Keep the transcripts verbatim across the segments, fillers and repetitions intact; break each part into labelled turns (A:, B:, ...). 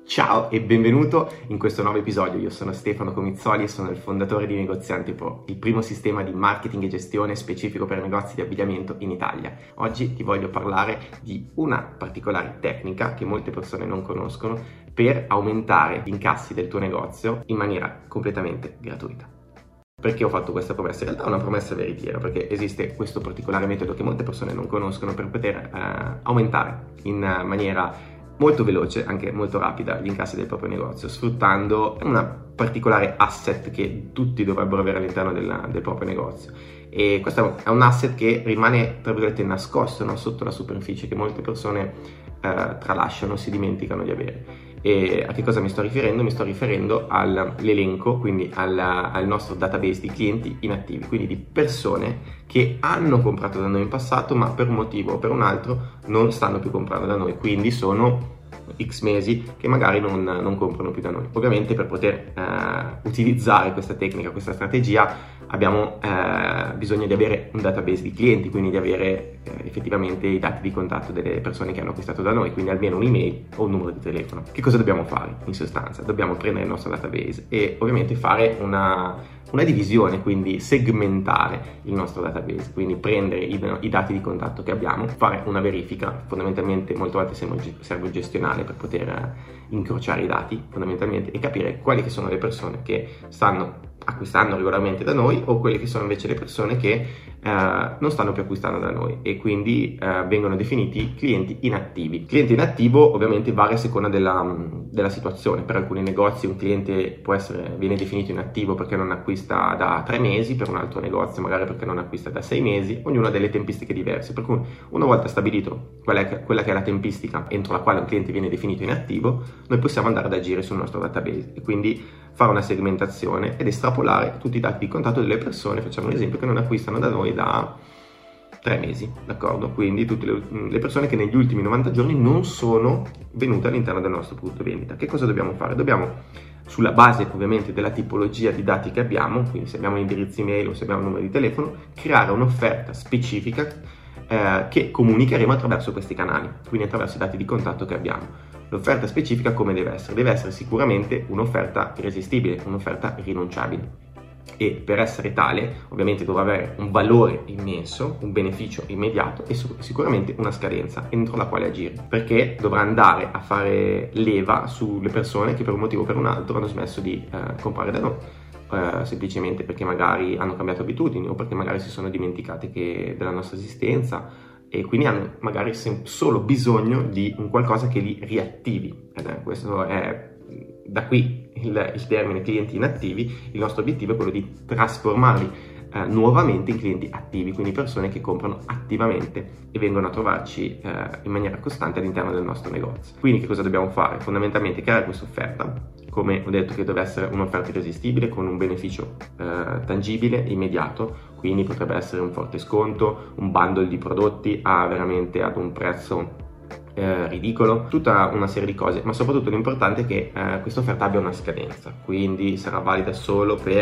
A: Ciao e benvenuto in questo nuovo episodio. Io sono Stefano Comizzoli e sono il fondatore di Negoziante Pro, il primo sistema di marketing e gestione specifico per negozi di abbigliamento in Italia. Oggi ti voglio parlare di una particolare tecnica che molte persone non conoscono per aumentare gli incassi del tuo negozio in maniera completamente gratuita. Perché ho fatto questa promessa? In realtà è una promessa veritiera, perché esiste questo particolare metodo che molte persone non conoscono per poter eh, aumentare in maniera molto veloce, anche molto rapida, gli incassi del proprio negozio, sfruttando una particolare asset che tutti dovrebbero avere all'interno della, del proprio negozio. E questo è un asset che rimane, tra virgolette, nascosto, no? Sotto la superficie, che molte persone eh, tralasciano, si dimenticano di avere. E a che cosa mi sto riferendo? Mi sto riferendo all'elenco, quindi al, al nostro database di clienti inattivi, quindi di persone che hanno comprato da noi in passato, ma per un motivo o per un altro non stanno più comprando da noi, quindi sono X mesi che magari non, non comprano più da noi. Ovviamente per poter eh, utilizzare questa tecnica, questa strategia, abbiamo eh, bisogno di avere un database di clienti, quindi di avere eh, effettivamente i dati di contatto delle persone che hanno acquistato da noi, quindi almeno un'email o un numero di telefono. Che cosa dobbiamo fare in sostanza? Dobbiamo prendere il nostro database e ovviamente fare una una divisione, quindi segmentare il nostro database, quindi prendere i, i dati di contatto che abbiamo, fare una verifica, fondamentalmente molte volte serve un gestionale per poter incrociare i dati fondamentalmente e capire quali che sono le persone che stanno acquistando regolarmente da noi o quelle che sono invece le persone che eh, non stanno più acquistando da noi e quindi eh, vengono definiti clienti inattivi. Cliente inattivo ovviamente varia a seconda della, della situazione. Per alcuni negozi un cliente può essere, viene definito inattivo perché non acquista da tre mesi, per un altro negozio magari perché non acquista da sei mesi, ognuno ha delle tempistiche diverse, per cui una volta stabilito quella che, quella che è la tempistica entro la quale un cliente viene definito inattivo, noi possiamo andare ad agire sul nostro database e quindi fare una segmentazione ed estrapolare tutti i dati di contatto delle persone, facciamo un esempio, che non acquistano da noi da tre mesi, d'accordo? Quindi tutte le, le persone che negli ultimi novanta giorni non sono venute all'interno del nostro punto vendita. Che cosa dobbiamo fare? Dobbiamo, sulla base ovviamente della tipologia di dati che abbiamo, quindi se abbiamo indirizzi email o se abbiamo un numero di telefono, creare un'offerta specifica eh, che comunicheremo attraverso questi canali, quindi attraverso i dati di contatto che abbiamo. L'offerta specifica come deve essere? Deve essere sicuramente un'offerta irresistibile, un'offerta irrinunciabile. E per essere tale ovviamente dovrà avere un valore immenso, un beneficio immediato e sicuramente una scadenza entro la quale agire, perché dovrà andare a fare leva sulle persone che per un motivo o per un altro hanno smesso di eh, comprare da noi, eh, semplicemente perché magari hanno cambiato abitudini o perché magari si sono dimenticate che, della nostra esistenza e quindi hanno magari solo bisogno di un qualcosa che li riattivi. Ed è, questo è da qui il, il termine clienti inattivi. Il nostro obiettivo è quello di trasformarli eh, nuovamente in clienti attivi, quindi persone che comprano attivamente e vengono a trovarci eh, in maniera costante all'interno del nostro negozio. Quindi che cosa dobbiamo fare? Fondamentalmente creare questa offerta, come ho detto che deve essere un'offerta irresistibile con un beneficio eh, tangibile, immediato, quindi potrebbe essere un forte sconto, un bundle di prodotti a veramente ad un prezzo Eh, ridicolo, tutta una serie di cose, ma soprattutto l'importante è che eh, questa offerta abbia una scadenza, quindi sarà valida solo per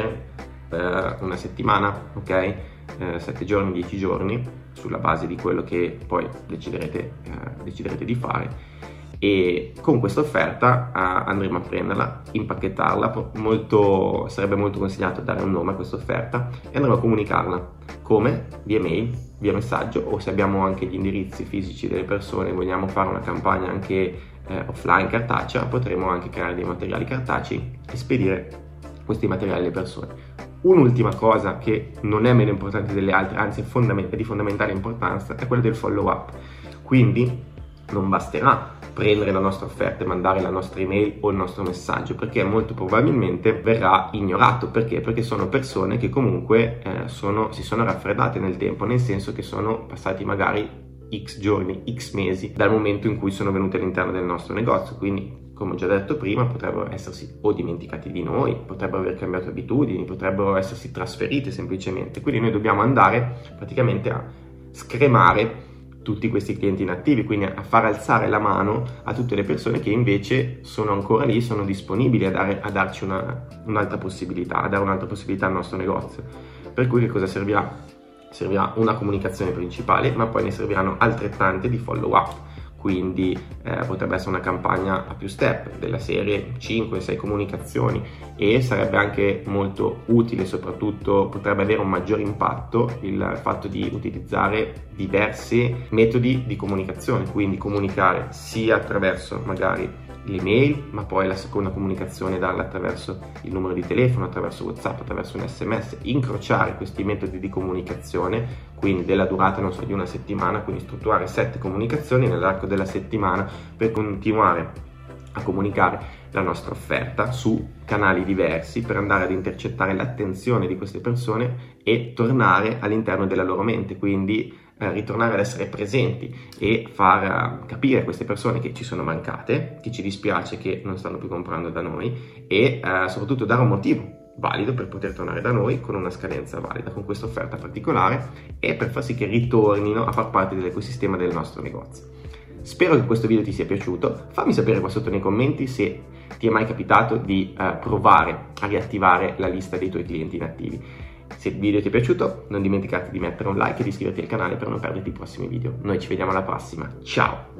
A: eh, una settimana, ok? Eh, sette giorni, dieci giorni, sulla base di quello che poi deciderete, eh, deciderete di fare. E con questa offerta eh, andremo a prenderla, impacchettarla, molto, sarebbe molto consigliato dare un nome a questa offerta e andremo a comunicarla come? Via mail, via messaggio, o se abbiamo anche gli indirizzi fisici delle persone e vogliamo fare una campagna anche eh, offline cartacea, potremo anche creare dei materiali cartacei e spedire questi materiali alle persone. Un'ultima cosa che non è meno importante delle altre, anzi è, fondament- è di fondamentale importanza, è quella del follow up. Quindi non basterà prendere la nostra offerta e mandare la nostra email o il nostro messaggio, perché molto probabilmente verrà ignorato. Perché? Perché sono persone che comunque eh, sono, si sono raffreddate nel tempo, nel senso che sono passati magari X giorni, X mesi dal momento in cui sono venute all'interno del nostro negozio, quindi come ho già detto prima potrebbero essersi o dimenticati di noi, potrebbero aver cambiato abitudini, potrebbero essersi trasferite semplicemente, quindi noi dobbiamo andare praticamente a scremare tutti questi clienti inattivi, quindi a far alzare la mano a tutte le persone che invece sono ancora lì, sono disponibili a, dare, a darci una, un'altra possibilità, a dare un'altra possibilità al nostro negozio. Per cui che cosa servirà? Servirà una comunicazione principale, ma poi ne serviranno altrettante di follow up. quindi eh, potrebbe essere una campagna a più step della serie cinque sei comunicazioni, e sarebbe anche molto utile, soprattutto potrebbe avere un maggior impatto il fatto di utilizzare diversi metodi di comunicazione, quindi comunicare sia attraverso magari l'email, ma poi la seconda comunicazione darla attraverso il numero di telefono, attraverso WhatsApp, attraverso un sms, incrociare questi metodi di comunicazione, quindi della durata non so di una settimana, quindi strutturare sette comunicazioni nell'arco della settimana per continuare a comunicare la nostra offerta su canali diversi, per andare ad intercettare l'attenzione di queste persone e tornare all'interno della loro mente, quindi eh, ritornare ad essere presenti e far uh, capire a queste persone che ci sono mancate, che ci dispiace che non stanno più comprando da noi, e uh, soprattutto dare un motivo valido per poter tornare da noi con una scadenza valida, con questa offerta particolare, e per far sì che ritornino a far parte dell'ecosistema del nostro negozio. Spero che questo video ti sia piaciuto, fammi sapere qua sotto nei commenti se ti è mai capitato di uh, provare a riattivare la lista dei tuoi clienti inattivi. Se il video ti è piaciuto, non dimenticarti di mettere un like e di iscriverti al canale per non perderti i prossimi video. Noi ci vediamo alla prossima, ciao!